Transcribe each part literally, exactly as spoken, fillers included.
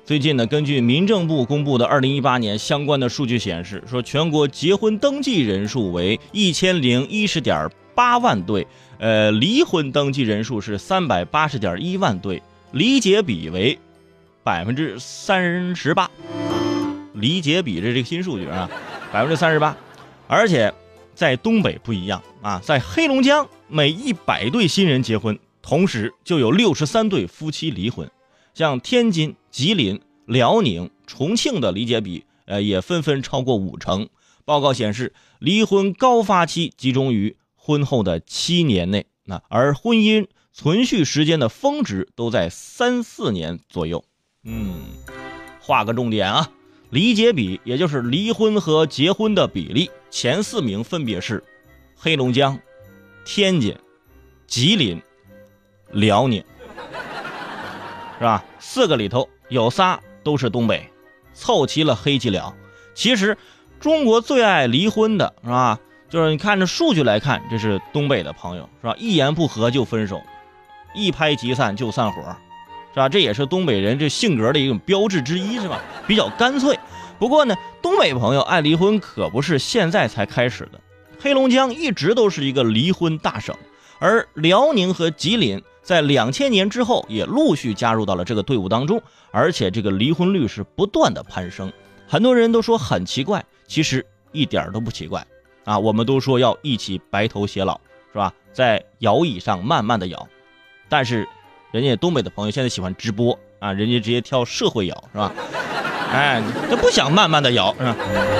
最近呢，根据民政部公布的二零一八年相关的数据显示，说全国结婚登记人数为一千零一十点八万对，呃，离婚登记人数是三百八十点一万对，离结比为百分之三十八。离结比这是这个新数据啊，百分之三十八。而且在东北不一样啊，在黑龙江每一百对新人结婚，同时就有六十三对夫妻离婚。像天津、吉林、辽宁、重庆的离结比，呃，也纷纷超过五成。报告显示，离婚高发期集中于婚后的七年内，那而婚姻存续时间的峰值都在三四年左右。嗯，画个重点啊，离结比也就是离婚和结婚的比例，前四名分别是黑龙江、天津、吉林、辽宁。是吧？四个里头有仨都是东北，凑齐了黑吉辽。其实中国最爱离婚的是吧？就是你看着数据来看，这是东北的朋友是吧？一言不合就分手，一拍即散就散伙，是吧？这也是东北人这性格的一种标志之一，是吧？比较干脆。不过呢，东北朋友爱离婚可不是现在才开始的，黑龙江一直都是一个离婚大省，而辽宁和吉林在两千年之后也陆续加入到了这个队伍当中，而且这个离婚率是不断的攀升。很多人都说很奇怪，其实一点都不奇怪啊！我们都说要一起白头偕老，是吧？在摇椅上慢慢的摇，但是人家东北的朋友现在喜欢直播啊，人家直接跳社会摇，是吧？哎，他不想慢慢的摇，是吧？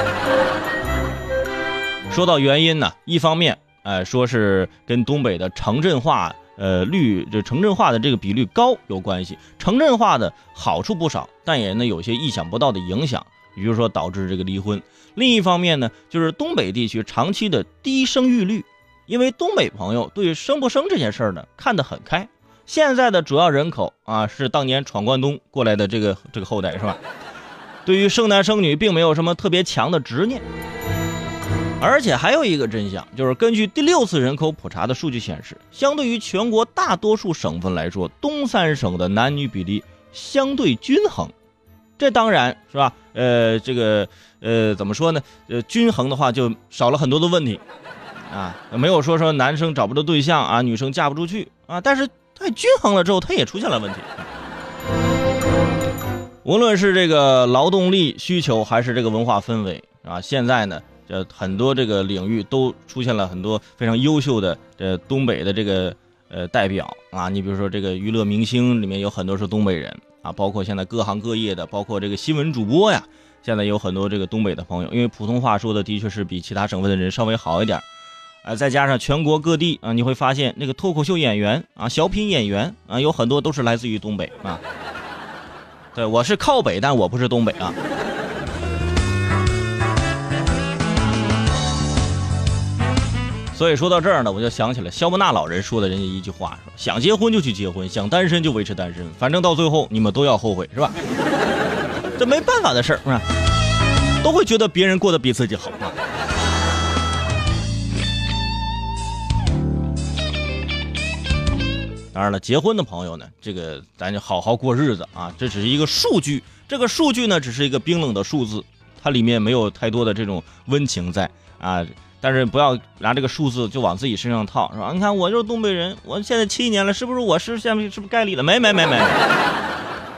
说到原因呢，一方面，哎，说是跟东北的城镇化。呃，率这城镇化的这个比率高有关系，城镇化的好处不少，但也呢有些意想不到的影响，比如说导致这个离婚。另一方面呢，就是东北地区长期的低生育率，因为东北朋友对生不生这件事儿呢看得很开。现在的主要人口啊是当年闯关东过来的这个这个后代，是吧？对于生男生女并没有什么特别强的执念。而且还有一个真相，就是根据第六次人口普查的数据显示，相对于全国大多数省份来说，东三省的男女比例相对均衡。这当然是吧？呃，这个呃怎么说呢？呃，均衡的话就少了很多的问题啊，没有说说男生找不到对象啊，女生嫁不出去啊。但是它均衡了之后，它也出现了问题。无论是这个劳动力需求，还是这个文化氛围啊，现在呢。这很多这个领域都出现了很多非常优秀的这东北的这个呃代表啊，你比如说这个娱乐明星里面有很多是东北人啊，包括现在各行各业的，包括这个新闻主播呀，现在有很多这个东北的朋友，因为普通话说的的确是比其他省份的人稍微好一点，啊，再加上全国各地啊，你会发现那个脱口秀演员啊、小品演员啊，有很多都是来自于东北啊。对，我是靠北，但我不是东北啊。所以说到这儿呢，我就想起来萧伯纳老人说的人家一句话，说想结婚就去结婚，想单身就维持单身，反正到最后你们都要后悔，是吧？这没办法的事儿，是吧？都会觉得别人过得比自己好啊。当然了，结婚的朋友呢，这个咱就好好过日子啊，这只是一个数据，这个数据呢只是一个冰冷的数字，它里面没有太多的这种温情在啊。但是不要拿这个数字就往自己身上套，是吧？你看我就是东北人，我现在七年了，是不是我是下面是不是该离了？没没没没。